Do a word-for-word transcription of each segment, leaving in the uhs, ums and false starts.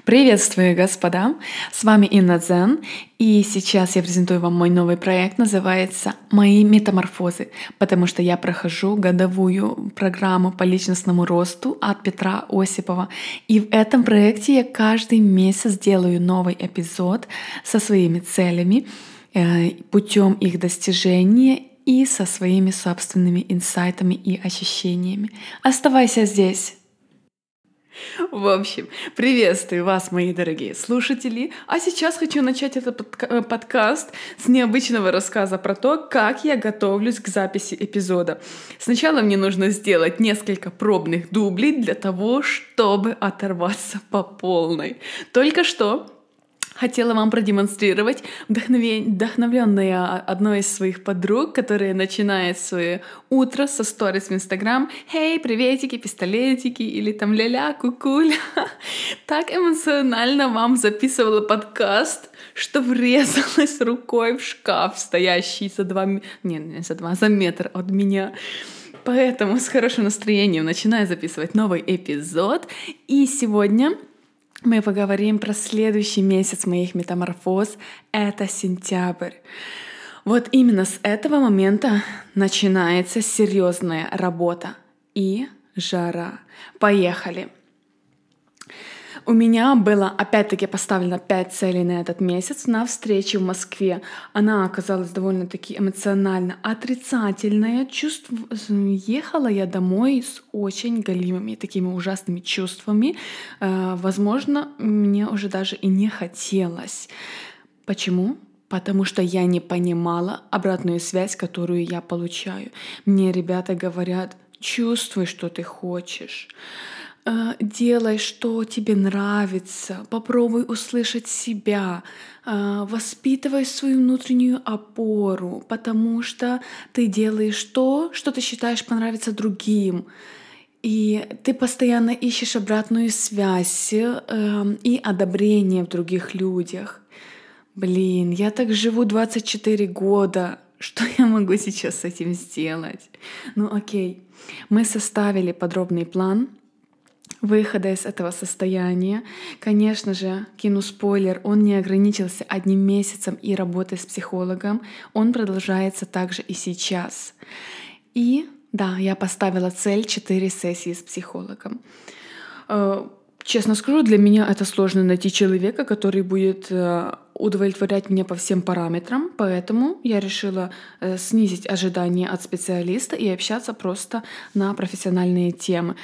Приветствую, господа! С вами Инна Дзен, и сейчас я презентую вам мой новый проект, называется «Мои метаморфозы», потому что я прохожу годовую программу по личностному росту от Петра Осипова. И в этом проекте я каждый месяц делаю новый эпизод со своими целями, путем их достижения и со своими собственными инсайтами и ощущениями. Оставайся здесь! В общем, приветствую вас, мои дорогие слушатели. А сейчас хочу начать этот подка- подкаст с необычного рассказа про то, как я готовлюсь к записи эпизода. Сначала мне нужно сделать несколько пробных дублей для того, чтобы оторваться по полной. Только что хотела вам продемонстрировать вдохновение, вдохновленная одной из своих подруг, которая начинает свое утро со сторис в Инстаграм. «Хей, приветики, пистолетики» или там «ля-ля, кукуля». Так эмоционально вам записывала подкаст, что врезалась рукой в шкаф, стоящий за два... Не, не за два, за метр от меня. Поэтому с хорошим настроением начинаю записывать новый эпизод. И сегодня мы поговорим про следующий месяц моих метаморфоз. Это сентябрь. Вот именно с этого момента начинается серьезная работа и жара. Поехали! У меня было опять-таки поставлено пять целей на этот месяц на встрече в Москве. Она оказалась довольно-таки эмоционально отрицательная. Чувств... Ехала я домой с очень галимыми, такими ужасными чувствами. Возможно, мне уже даже и не хотелось. Почему? Потому что я не понимала обратную связь, которую я получаю. Мне ребята говорят: чувствуй, что ты хочешь. Делай, что тебе нравится, попробуй услышать себя, воспитывай свою внутреннюю опору, потому что ты делаешь то, что ты считаешь понравится другим. И ты постоянно ищешь обратную связь и одобрение в других людях. Блин, я так живу двадцать четыре года. Что я могу сейчас с этим сделать? Ну окей, мы составили подробный план выхода из этого состояния. Конечно же, кину спойлер, он не ограничился одним месяцем и работой с психологом, он продолжается также и сейчас. И да, я поставила цель четыре сессии с психологом. Честно скажу, для меня это сложно найти человека, который будет удовлетворять меня по всем параметрам, поэтому я решила снизить ожидания от специалиста и общаться просто на профессиональные темы.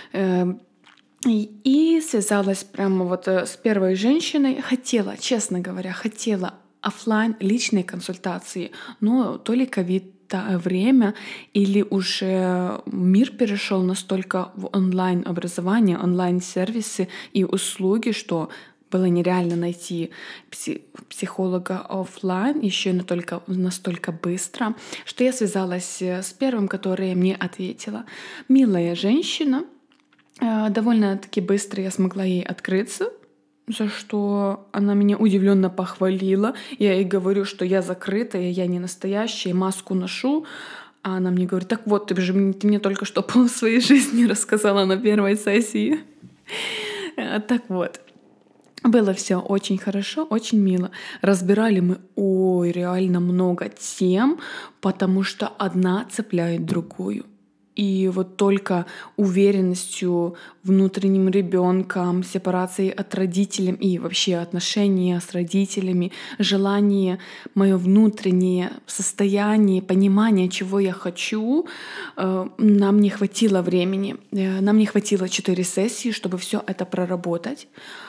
И связалась прямо вот с первой женщиной. Хотела, честно говоря, хотела офлайн личной консультации, но то ли ковид время, или уже мир перешел настолько в онлайн-образование, онлайн-сервисы и услуги, что было нереально найти психолога офлайн еще настолько, настолько быстро, что я связалась с первым, которая мне ответила. Милая женщина, довольно-таки быстро я смогла ей открыться, за что она меня удивленно похвалила. Я ей говорю, что я закрытая, я не настоящая, маску ношу. А она мне говорит: так вот, ты же ты мне только что пол своей жизни рассказала на первой сессии. Так вот, было все очень хорошо, очень мило. Разбирали мы, ой, реально много тем, потому что одна цепляет другую. И вот только уверенностью, внутренним ребенком, сепарацией от родителей и вообще отношения с родителями, желание, мое внутреннее состояние, понимание, чего я хочу, нам не хватило времени. Нам не хватило четыре сессии, чтобы все это проработать.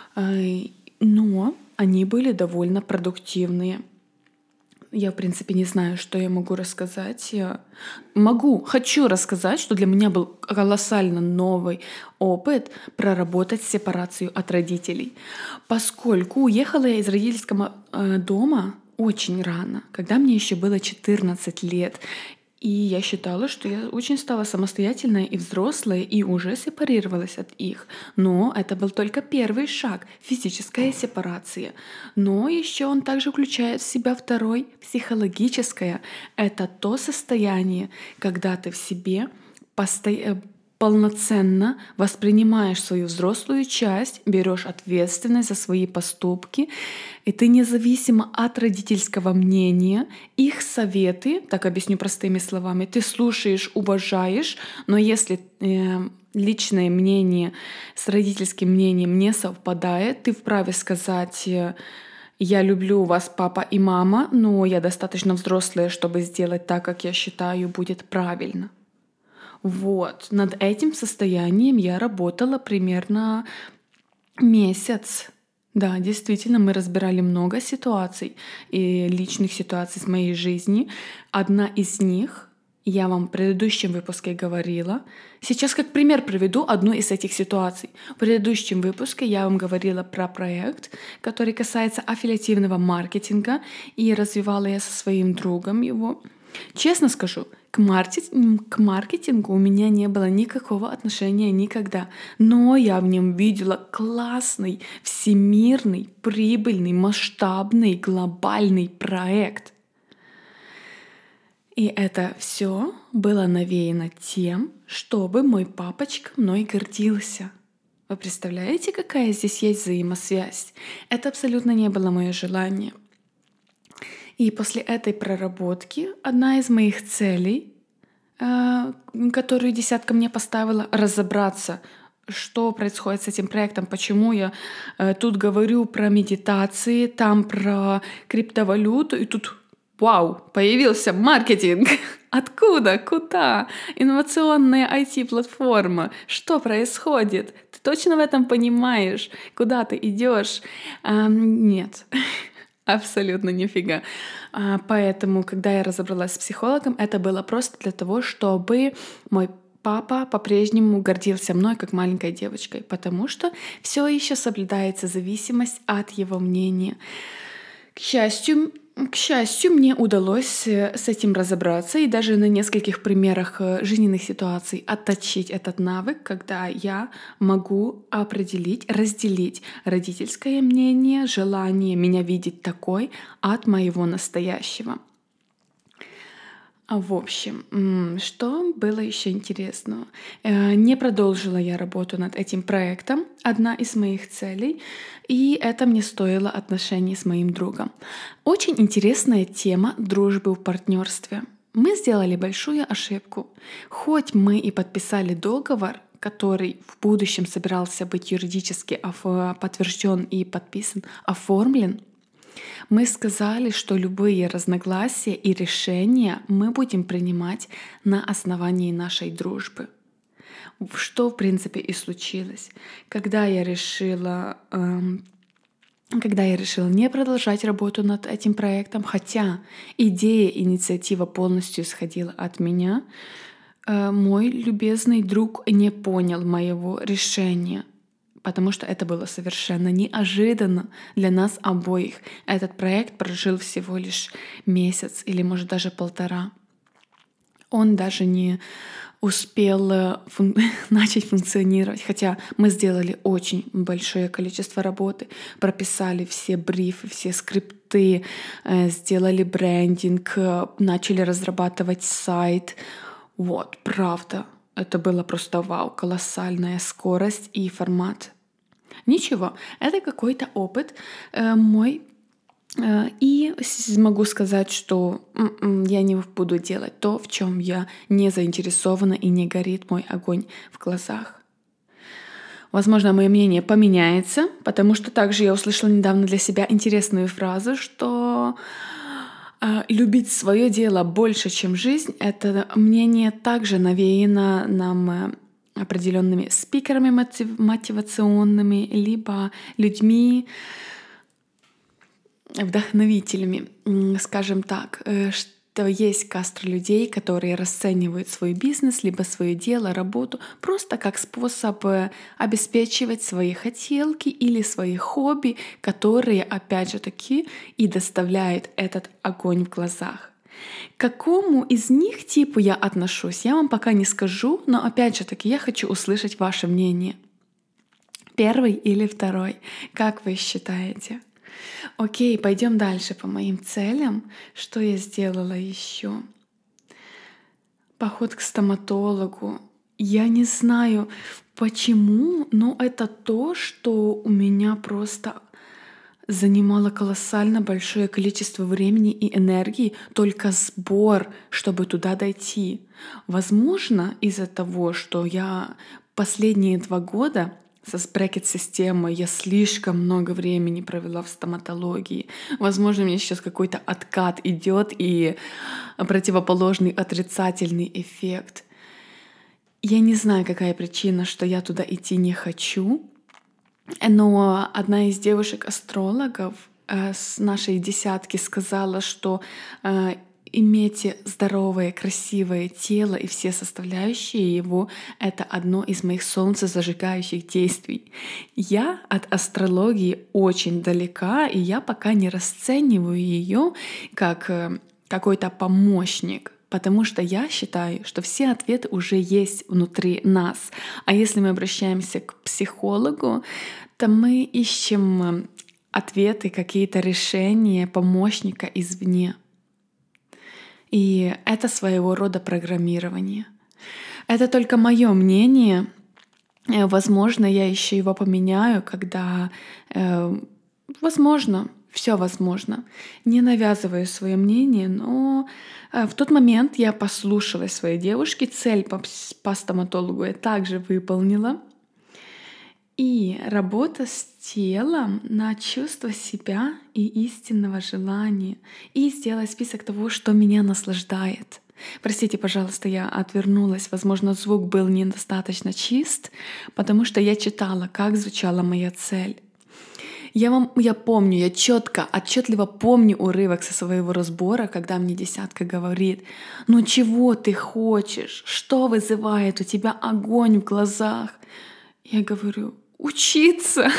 Но они были довольно продуктивные. Я, в принципе, не знаю, что я могу рассказать. Я могу, хочу рассказать, что для меня был колоссально новый опыт проработать сепарацию от родителей. Поскольку уехала я из родительского дома очень рано, когда мне еще было четырнадцать лет. И я считала, что я очень стала самостоятельной и взрослой, и уже сепарировалась от их. Но это был только первый шаг — физическая сепарация. Но еще он также включает в себя второй — психологическое. Это то состояние, когда ты в себе постоянно полноценно воспринимаешь свою взрослую часть, берешь ответственность за свои поступки, и ты независимо от родительского мнения, их советы, так объясню простыми словами, ты слушаешь, уважаешь, но если э, личное мнение с родительским мнением не совпадает, ты вправе сказать: э, я люблю вас, папа и мама, но я достаточно взрослая, чтобы сделать так, как я считаю будет правильно. Вот, над этим состоянием я работала примерно месяц. Да, действительно, мы разбирали много ситуаций и личных ситуаций с моей жизни. Одна из них, я вам в предыдущем выпуске говорила. Сейчас как пример приведу одну из этих ситуаций. В предыдущем выпуске я вам говорила про проект, который касается аффилиативного маркетинга, и развивала я со своим другом его. Честно скажу, к, маркетингу, к маркетингу у меня не было никакого отношения никогда, но я в нем видела классный, всемирный, прибыльный, масштабный, глобальный проект. И это все было навеяно тем, чтобы мой папочка мной гордился. Вы представляете, какая здесь есть взаимосвязь? Это абсолютно не было мое желание. И после этой проработки одна из моих целей, которую десятка мне поставила, разобраться, что происходит с этим проектом, почему я тут говорю про медитации, там про криптовалюту, и тут, вау, появился маркетинг. Откуда? Куда? Инновационная ай ти-платформа. Что происходит? Ты точно в этом понимаешь? Куда ты идешь? А, нет. Абсолютно нифига. А, поэтому, когда я разобралась с психологом, это было просто для того, чтобы мой папа по-прежнему гордился мной как маленькой девочкой, потому что все еще соблюдается зависимость от его мнения. К счастью, к счастью, мне удалось с этим разобраться и даже на нескольких примерах жизненных ситуаций отточить этот навык, когда я могу определить, разделить родительское мнение, желание меня видеть такой от моего настоящего. В общем, что было еще интересного? Не продолжила я работу над этим проектом, одна из моих целей, и это мне стоило отношений с моим другом. Очень интересная тема дружбы в партнерстве. Мы сделали большую ошибку. Хоть мы и подписали договор, который в будущем собирался быть юридически подтвержден и подписан, оформлен, мы сказали, что любые разногласия и решения мы будем принимать на основании нашей дружбы. Что, в принципе, и случилось. Когда я решила, эм, когда я решила не продолжать работу над этим проектом, хотя идея, инициатива полностью исходила от меня, э, мой любезный друг не понял моего решения. Потому что это было совершенно неожиданно для нас обоих. Этот проект прожил всего лишь месяц или, может, даже полтора. Он даже не успел фун- начать функционировать, хотя мы сделали очень большое количество работы, прописали все брифы, все скрипты, э, сделали брендинг, э, начали разрабатывать сайт. Вот, правда. Это было просто вау, колоссальная скорость и формат. Ничего, это какой-то опыт э, мой. Э, и могу сказать, что м-м, я не буду делать то, в чем я не заинтересована и не горит мой огонь в глазах. Возможно, мое мнение поменяется, потому что также я услышала недавно для себя интересную фразу, что любить свое дело больше, чем жизнь, это мнение также навеяно нам определенными спикерами мотивационными, либо людьми, вдохновителями, скажем так, что есть каста людей, которые расценивают свой бизнес, либо свое дело, работу просто как способ обеспечивать свои хотелки или свои хобби, которые, опять же таки, и доставляют этот огонь в глазах. К какому из них типу я отношусь, я вам пока не скажу, но опять же таки я хочу услышать ваше мнение. Первый или второй? Как вы считаете? Окей, пойдем дальше по моим целям. Что я сделала еще? Поход к стоматологу Я не знаю почему, но это то, что у меня просто занимало колоссально большое количество времени и энергии только сбор, чтобы туда дойти. Возможно, из-за того, что я последние два года со брекет-системой я слишком много времени провела в стоматологии. Возможно, у меня сейчас какой-то откат идет и противоположный отрицательный эффект. Я не знаю, какая причина, что я туда идти не хочу, но одна из девушек-астрологов э, с нашей десятки сказала, что э, имейте здоровое, красивое тело и все составляющие его — это одно из моих солнцезажигающих действий. Я от астрологии очень далека, и я пока не расцениваю ее как э, какой-то помощник. Потому что я считаю, что все ответы уже есть внутри нас. А если мы обращаемся к психологу, то мы ищем ответы, какие-то решения, помощника извне. И это своего рода программирование. Это только мое мнение. Возможно, я еще его поменяю, когда, э, возможно, все возможно. Не навязываю свое мнение, но э, в тот момент я послушалась своей девушки, цель по, пс- по стоматологу я также выполнила. И работа с телом на чувство себя и истинного желания. И сделать список того, что меня наслаждает. Простите, пожалуйста, я отвернулась. Возможно, звук был недостаточно чист, потому что я читала, как звучала моя цель. Я вам, я помню, я четко, отчетливо помню урывок со своего разбора, когда мне десятка говорит: «Ну чего ты хочешь? Что вызывает у тебя огонь в глазах?» Я говорю: «Учиться,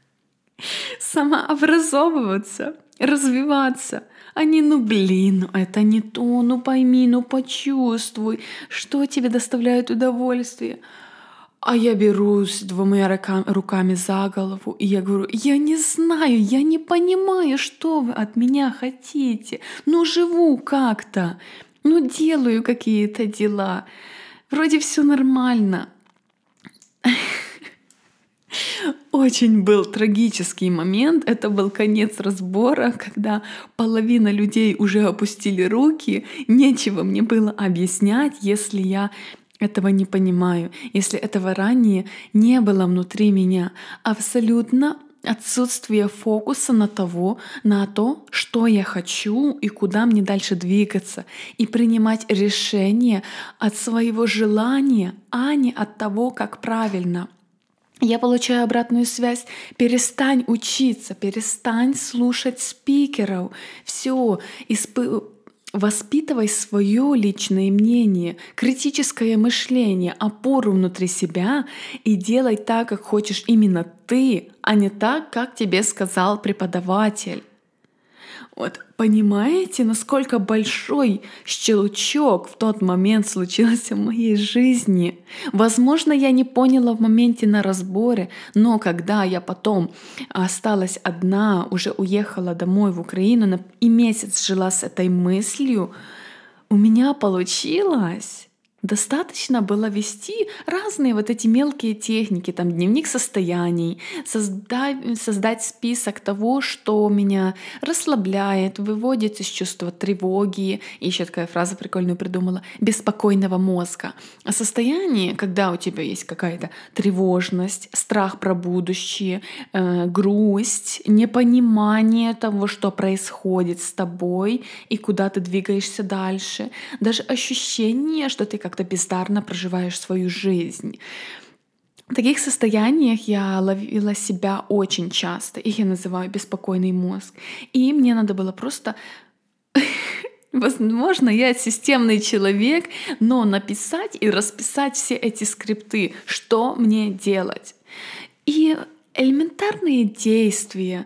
самообразовываться, развиваться». Они: «Ну блин, ну это не то, ну пойми, ну почувствуй, что тебе доставляет удовольствие». А я берусь двумя рука- руками за голову, и я говорю: «Я не знаю, я не понимаю, что вы от меня хотите. Ну живу как-то, ну делаю какие-то дела, вроде все нормально». Очень был трагический момент. Это был конец разбора, когда половина людей уже опустили руки. Нечего мне было объяснять, если я этого не понимаю, если этого ранее не было внутри меня. Абсолютно отсутствие фокуса на того, на то, что я хочу и куда мне дальше двигаться, и принимать решения от своего желания, а не от того, как правильно. Я получаю обратную связь: перестань учиться, перестань слушать спикеров. Все, испы... воспитывай свое личное мнение, критическое мышление, опору внутри себя и делай так, как хочешь именно ты, а не так, как тебе сказал преподаватель. Вот понимаете, насколько большой щелчок в тот момент случился в моей жизни? Возможно, я не поняла в моменте на разборе, но когда я потом осталась одна, уже уехала домой в Украину и месяц жила с этой мыслью, у меня получилось. Достаточно было вести разные вот эти мелкие техники, там дневник состояний, создать, создать список того, что меня расслабляет, выводит из чувства тревоги. И еще такая фраза прикольную придумала: беспокойного мозга. А состояние, когда у тебя есть какая-то тревожность, страх про будущее, э, грусть, непонимание того, что происходит с тобой и куда ты двигаешься дальше, даже ощущение, что ты как-то бездарно проживаешь свою жизнь. В таких состояниях я ловила себя очень часто. Их я называю беспокойный мозг. И мне надо было просто... Возможно, я системный человек, но написать и расписать все эти скрипты, что мне делать. И элементарные действия.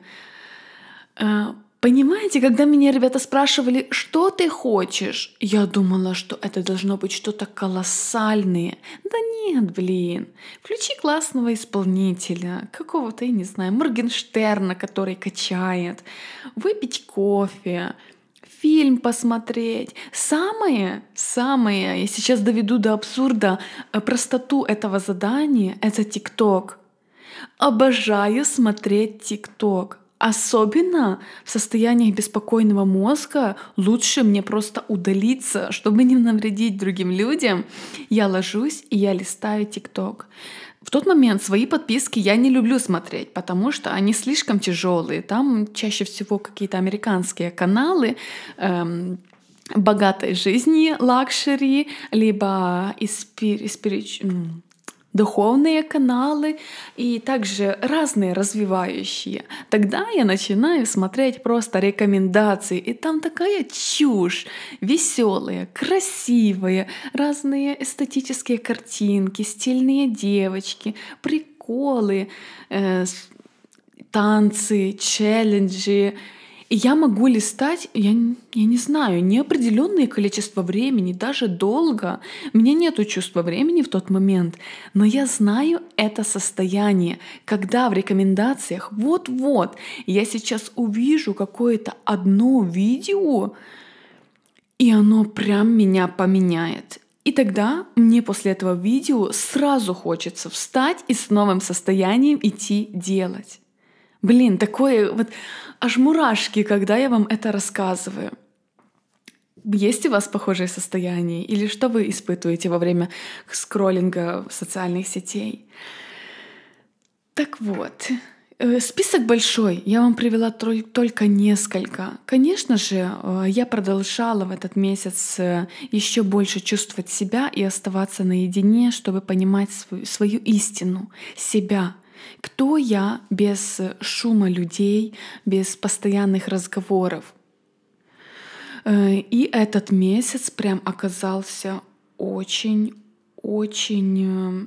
Понимаете, когда меня ребята спрашивали: «Что ты хочешь?», я думала, что это должно быть что-то колоссальное. Да нет, блин. Включи классного исполнителя, какого-то, я не знаю, Моргенштерна, который качает, выпить кофе, фильм посмотреть. Самое, самое, я сейчас доведу до абсурда э, простоту этого задания — это ТикТок. Обожаю смотреть ТикТок. Особенно в состояниях беспокойного мозга лучше мне просто удалиться, чтобы не навредить другим людям. Я ложусь и я листаю ТикТок. В тот момент свои подписки я не люблю смотреть, потому что они слишком тяжелые. Там чаще всего какие-то американские каналы, эм, богатой жизни, лакшери, либо испи- спирич- м, духовные каналы и также разные развивающие. Тогда я начинаю смотреть просто рекомендации, и там такая чушь, веселые, красивые, разные эстетические картинки, стильные девочки, приколы, э, с- танцы, челленджи. И я могу листать, я, н- я не знаю, неопределенное количество времени, даже долго. У меня нету чувства времени в тот момент, но я знаю это состояние, когда в рекомендациях вот-вот я сейчас увижу какое-то одно видео, и оно прям меня поменяет. И тогда мне после этого видео сразу хочется встать и с новым состоянием идти делать. Блин, такое вот аж мурашки, когда я вам это рассказываю. Есть у вас похожее состояние? Или что вы испытываете во время скроллинга социальных сетей? Так вот, э, список большой, я вам привела троль- только несколько. Конечно же, э, я продолжала в этот месяц э, еще больше чувствовать себя и оставаться наедине, чтобы понимать свою, свою истину, себя. Кто я без э, шума людей, без постоянных разговоров? Э, И этот месяц прям оказался очень, очень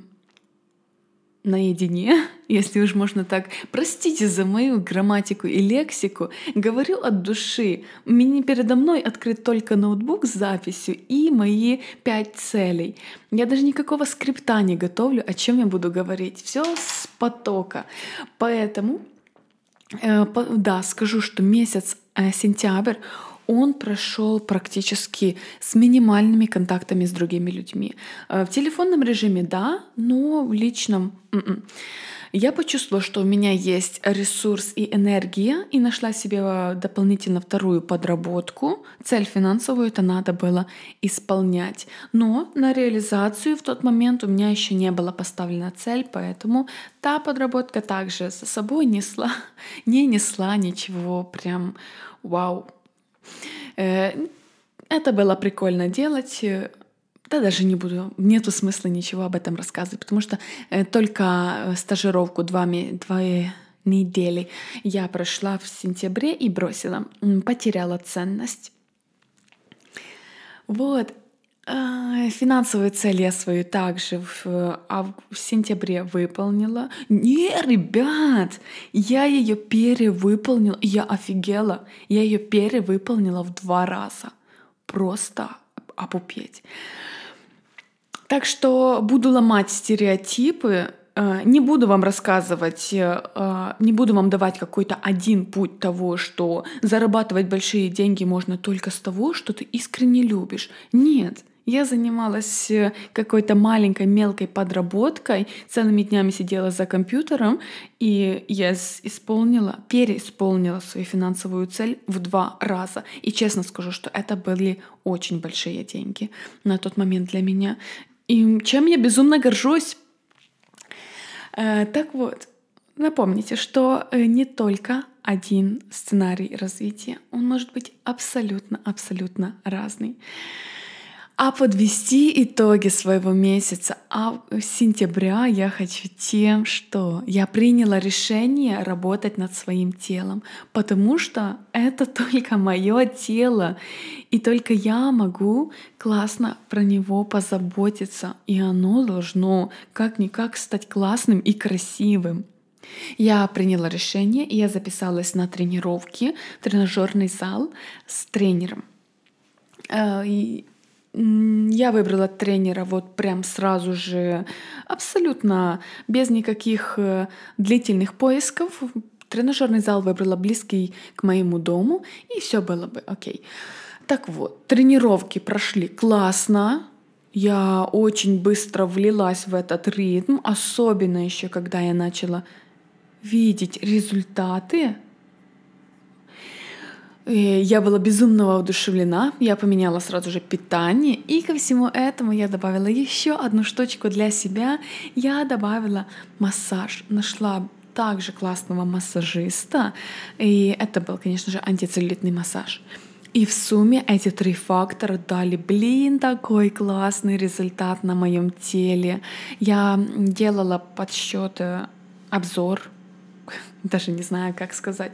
наедине, если уж можно так. Простите за мою грамматику и лексику. Говорю от души. У меня передо мной открыт только ноутбук с записью и мои пять целей. Я даже никакого скрипта не готовлю, о чем я буду говорить. Все с потока. Поэтому Э, по- Да, скажу, что месяц э, сентябрь, он прошел практически с минимальными контактами с другими людьми. Э, В телефонном режиме, да, но в личном м-м. Я почувствовала, что у меня есть ресурс и энергия, и нашла себе э, дополнительно вторую подработку. Цель финансовую это надо было исполнять. Но на реализацию в тот момент у меня еще не была поставлена цель, поэтому та подработка также за собой несла, не несла ничего прям вау. Э, Это было прикольно делать. э, Да даже не буду, нету смысла ничего об этом рассказывать, потому что э, только э, стажировку два, ме- два э, недели я прошла в сентябре и бросила, м, потеряла ценность. Вот. А, Финансовую цель я свою также в, э, ав- в сентябре выполнила. Не, ребят, я ее перевыполнила. Я офигела. Я ее перевыполнила в два раза. Просто опупеть. Так что буду ломать стереотипы, э, не буду вам рассказывать, э, э, не буду вам давать какой-то один путь того, что зарабатывать большие деньги можно только с того, что ты искренне любишь. Нет, я занималась э, какой-то маленькой мелкой подработкой, целыми днями сидела за компьютером, и я с- исполнила, переисполнила свою финансовую цель в два раза. И честно скажу, что это были очень большие деньги на тот момент для меня. И чем я безумно горжусь. Э, Так вот, напомните, что э, не только один сценарий развития, он может быть абсолютно-абсолютно разный. А подвести итоги своего месяца ав- сентября я хочу тем, что я приняла решение работать над своим телом, потому что это только мое тело, и только я могу классно про него позаботиться, и оно должно как-никак стать классным и красивым. Я приняла решение, и я записалась на тренировки в тренажерный зал с тренером. Э, и, м, Я выбрала тренера вот прям сразу же, абсолютно без никаких э, длительных поисков. Тренажерный зал выбрала близкий к моему дому, и все было бы окей. Так вот, тренировки прошли классно. Я очень быстро влилась в этот ритм, особенно еще когда я начала видеть результаты. И я была безумно воодушевлена, я поменяла сразу же питание, и ко всему этому я добавила еще одну штучку для себя. Я добавила массаж, нашла также классного массажиста, и это был, конечно же, антицеллюлитный массаж. И в сумме эти три фактора дали, блин, такой классный результат на моем теле. Я делала подсчет, обзор, даже не знаю, как сказать,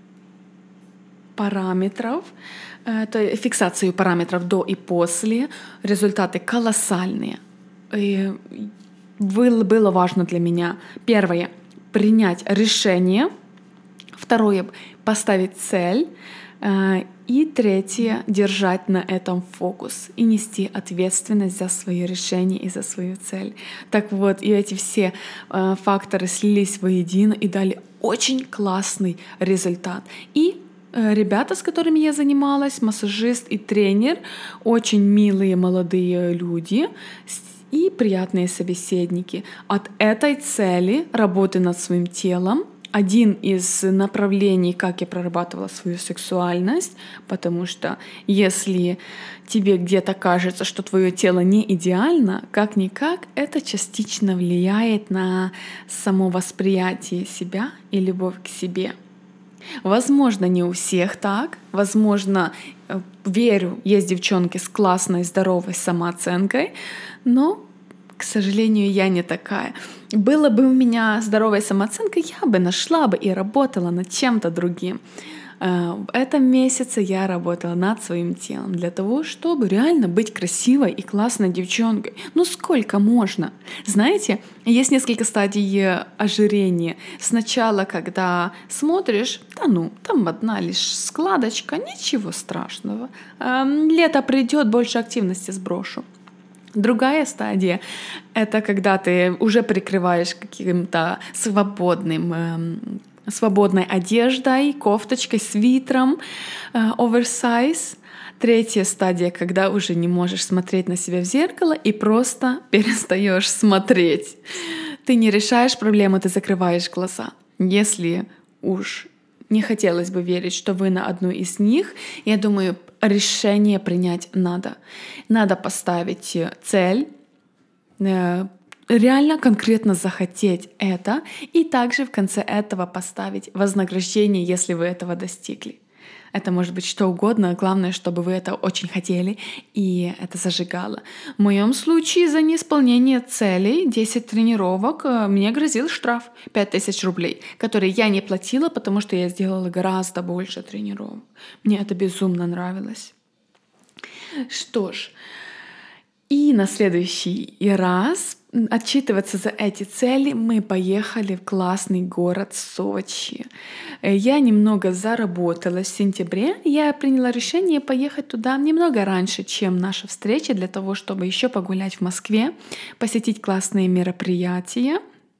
параметров, то есть фиксацию параметров до и после. Результаты колоссальные. И было, было важно для меня, первое, принять решение, второе, поставить цель, и третье, держать на этом фокус и нести ответственность за свое решение и за свою цель. Так вот, и эти все э, факторы слились воедино и дали очень классный результат. И э, ребята, с которыми я занималась, массажист и тренер, очень милые молодые люди и приятные собеседники. От этой цели работы над своим телом один из направлений, как я прорабатывала свою сексуальность, потому что если тебе где-то кажется, что твое тело не идеально, как-никак это частично влияет на само восприятие себя и любовь к себе. Возможно, не у всех так, возможно, верю, есть девчонки с классной, здоровой самооценкой, но, к сожалению, я не такая. Было бы у меня здоровая самооценка, я бы нашла бы и работала над чем-то другим. В этом месяце я работала над своим телом для того, чтобы реально быть красивой и классной девчонкой. Ну сколько можно? Знаете, есть несколько стадий ожирения. Сначала, когда смотришь, да ну, там одна лишь складочка, ничего страшного. Лето придет, больше активности сброшу. Другая стадия — это когда ты уже прикрываешь каким-то свободным, э, свободной одеждой, кофточкой, свитером, э, оверсайз. Третья стадия, когда уже не можешь смотреть на себя в зеркало и просто перестаешь смотреть. Ты не решаешь проблему, ты закрываешь глаза. Если уж не хотелось бы верить, что вы на одну из них, я думаю, решение принять надо. Надо поставить цель, реально конкретно захотеть это, и также в конце этого поставить вознаграждение, если вы этого достигли. Это может быть что угодно, главное, чтобы вы это очень хотели, и это зажигало. В моем случае за неисполнение целей десять тренировок мне грозил штраф пять тысяч рублей, который я не платила, потому что я сделала гораздо больше тренировок. Мне это безумно нравилось. Что ж, и на следующий раз отчитываться за эти цели мы поехали в классный город Сочи. Я немного заработала в сентябре. Я приняла решение поехать туда немного раньше, чем наша встреча, для того, чтобы еще погулять в Москве, посетить классные мероприятия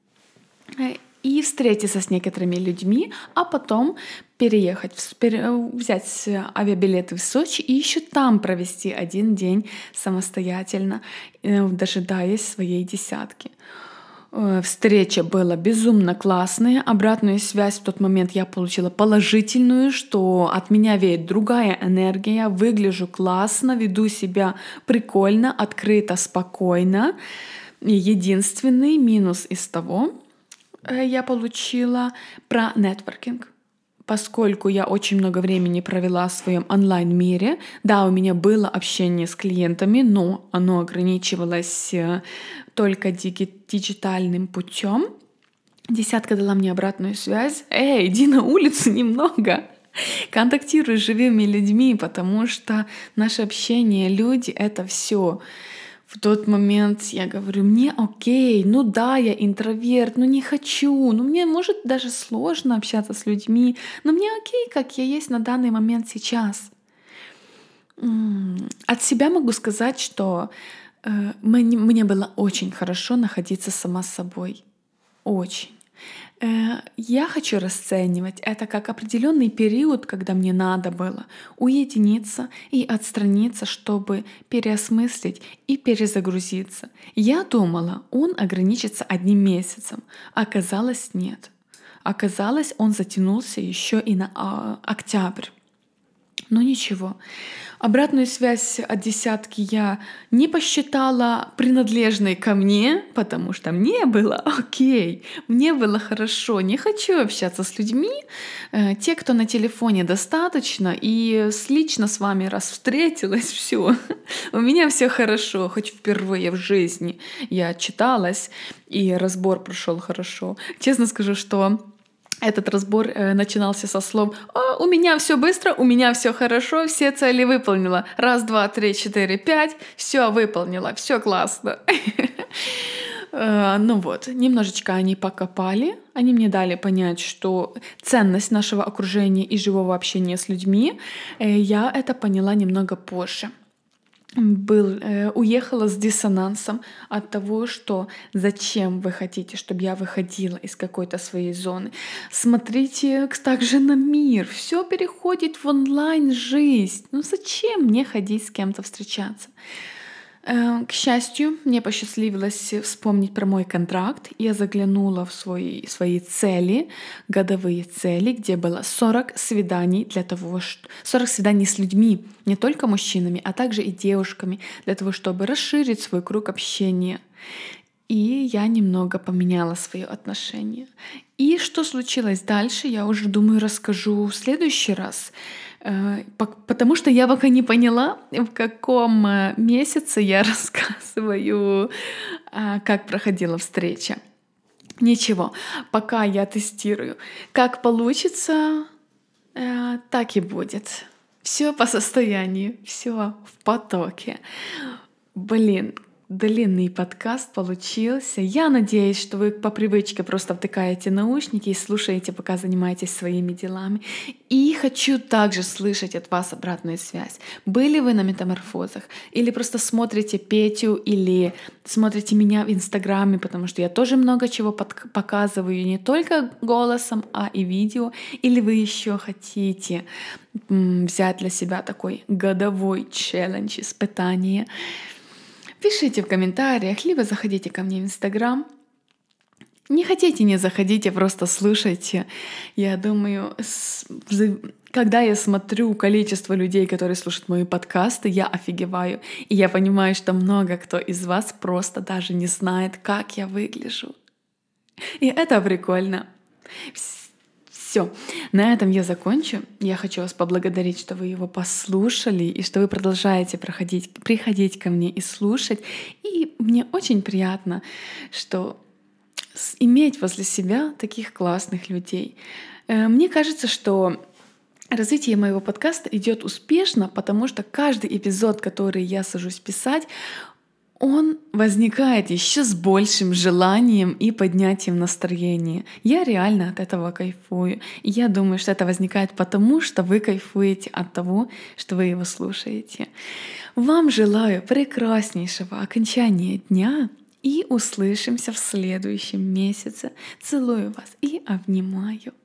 и встретиться с некоторыми людьми, а потом переехать, взять авиабилеты в Сочи и еще там провести один день самостоятельно, дожидаясь своей десятки. Встреча была безумно классная. Обратную связь в тот момент я получила положительную, что от меня веет другая энергия, выгляжу классно, веду себя прикольно, открыто, спокойно. И единственный минус из того я получила про нетворкинг. Поскольку я очень много времени провела в своем онлайн-мире, да, у меня было общение с клиентами, но оно ограничивалось только диджитальным путем. Десятка дала мне обратную связь. Эй, иди на улицу немного, контактируй с живыми людьми, потому что наше общение, люди — это все. В тот момент я говорю, мне окей, ну да, я интроверт, но не хочу, ну мне может даже сложно общаться с людьми, но мне окей, как я есть на данный момент сейчас. От себя могу сказать, что э, мне, мне было очень хорошо находиться сама с собой. Очень. Э, Я хочу расценивать это как определенный период, когда мне надо было уединиться и отстраниться, чтобы переосмыслить и перезагрузиться. Я думала, он ограничится одним месяцем. Оказалось, нет. Оказалось, он затянулся еще и на а, октябрь. Но ничего. Обратную связь от десятки я не посчитала принадлежной ко мне, потому что мне было окей, мне было хорошо, не хочу общаться с людьми. Э, Те, кто на телефоне, достаточно, и с- лично с вами раз встретилась, все, у меня все хорошо, хоть впервые в жизни я отчиталась, и разбор прошел хорошо. Честно скажу, что этот разбор э, начинался со слов «О, у меня все быстро, у меня все хорошо, все цели выполнила. Раз, два, три, четыре, пять, все выполнила, все классно». Э, Ну вот, немножечко они покопали, они мне дали понять, что ценность нашего окружения и живого общения с людьми, э, я это поняла немного позже. Был, э, уехала с диссонансом от того, что зачем вы хотите, чтобы я выходила из какой-то своей зоны. Смотрите к- также на мир, все переходит в онлайн жизнь. Ну зачем мне ходить с кем-то встречаться? Э, К счастью, мне посчастливилось вспомнить про мой контракт. Я заглянула в свои, свои цели, годовые цели, где было сорок свиданий для того, что сорок свиданий с людьми, не только мужчинами, а также и девушками, для того, чтобы расширить свой круг общения. И я немного поменяла свое отношение. И что случилось дальше, я уже думаю, расскажу в следующий раз. Э, пок- Потому что я пока не поняла, в каком э, месяце я рассказываю, а, как проходила встреча. Ничего, пока я тестирую. Как получится, э, так и будет. Все по состоянию, все в потоке. Блин, длинный подкаст получился. Я надеюсь, что вы по привычке просто втыкаете наушники и слушаете, пока занимаетесь своими делами. И хочу также слышать от вас обратную связь. Были вы на метаморфозах? Или просто смотрите Петю, или смотрите меня в Инстаграме, потому что я тоже много чего под- показываю, не только голосом, а и видео. Или вы еще хотите м, взять для себя такой годовой челлендж, испытание? Пишите в комментариях, либо заходите ко мне в Инстаграм. Не хотите, не заходите, просто слушайте. Я думаю, с- за- когда я смотрю количество людей, которые слушают мои подкасты, я офигеваю. И я понимаю, что много кто из вас просто даже не знает, как я выгляжу. И это прикольно. Все, на этом я закончу. Я хочу вас поблагодарить, что вы его послушали и что вы продолжаете проходить, приходить ко мне и слушать. И мне очень приятно, что с- иметь возле себя таких классных людей. Э, Мне кажется, что развитие моего подкаста идет успешно, потому что каждый эпизод, который я сажусь писать, он возникает еще с большим желанием и поднятием настроения. Я реально от этого кайфую. И я думаю, что это возникает потому, что вы кайфуете от того, что вы его слушаете. Вам желаю прекраснейшего окончания дня и услышимся в следующем месяце. Целую вас и обнимаю.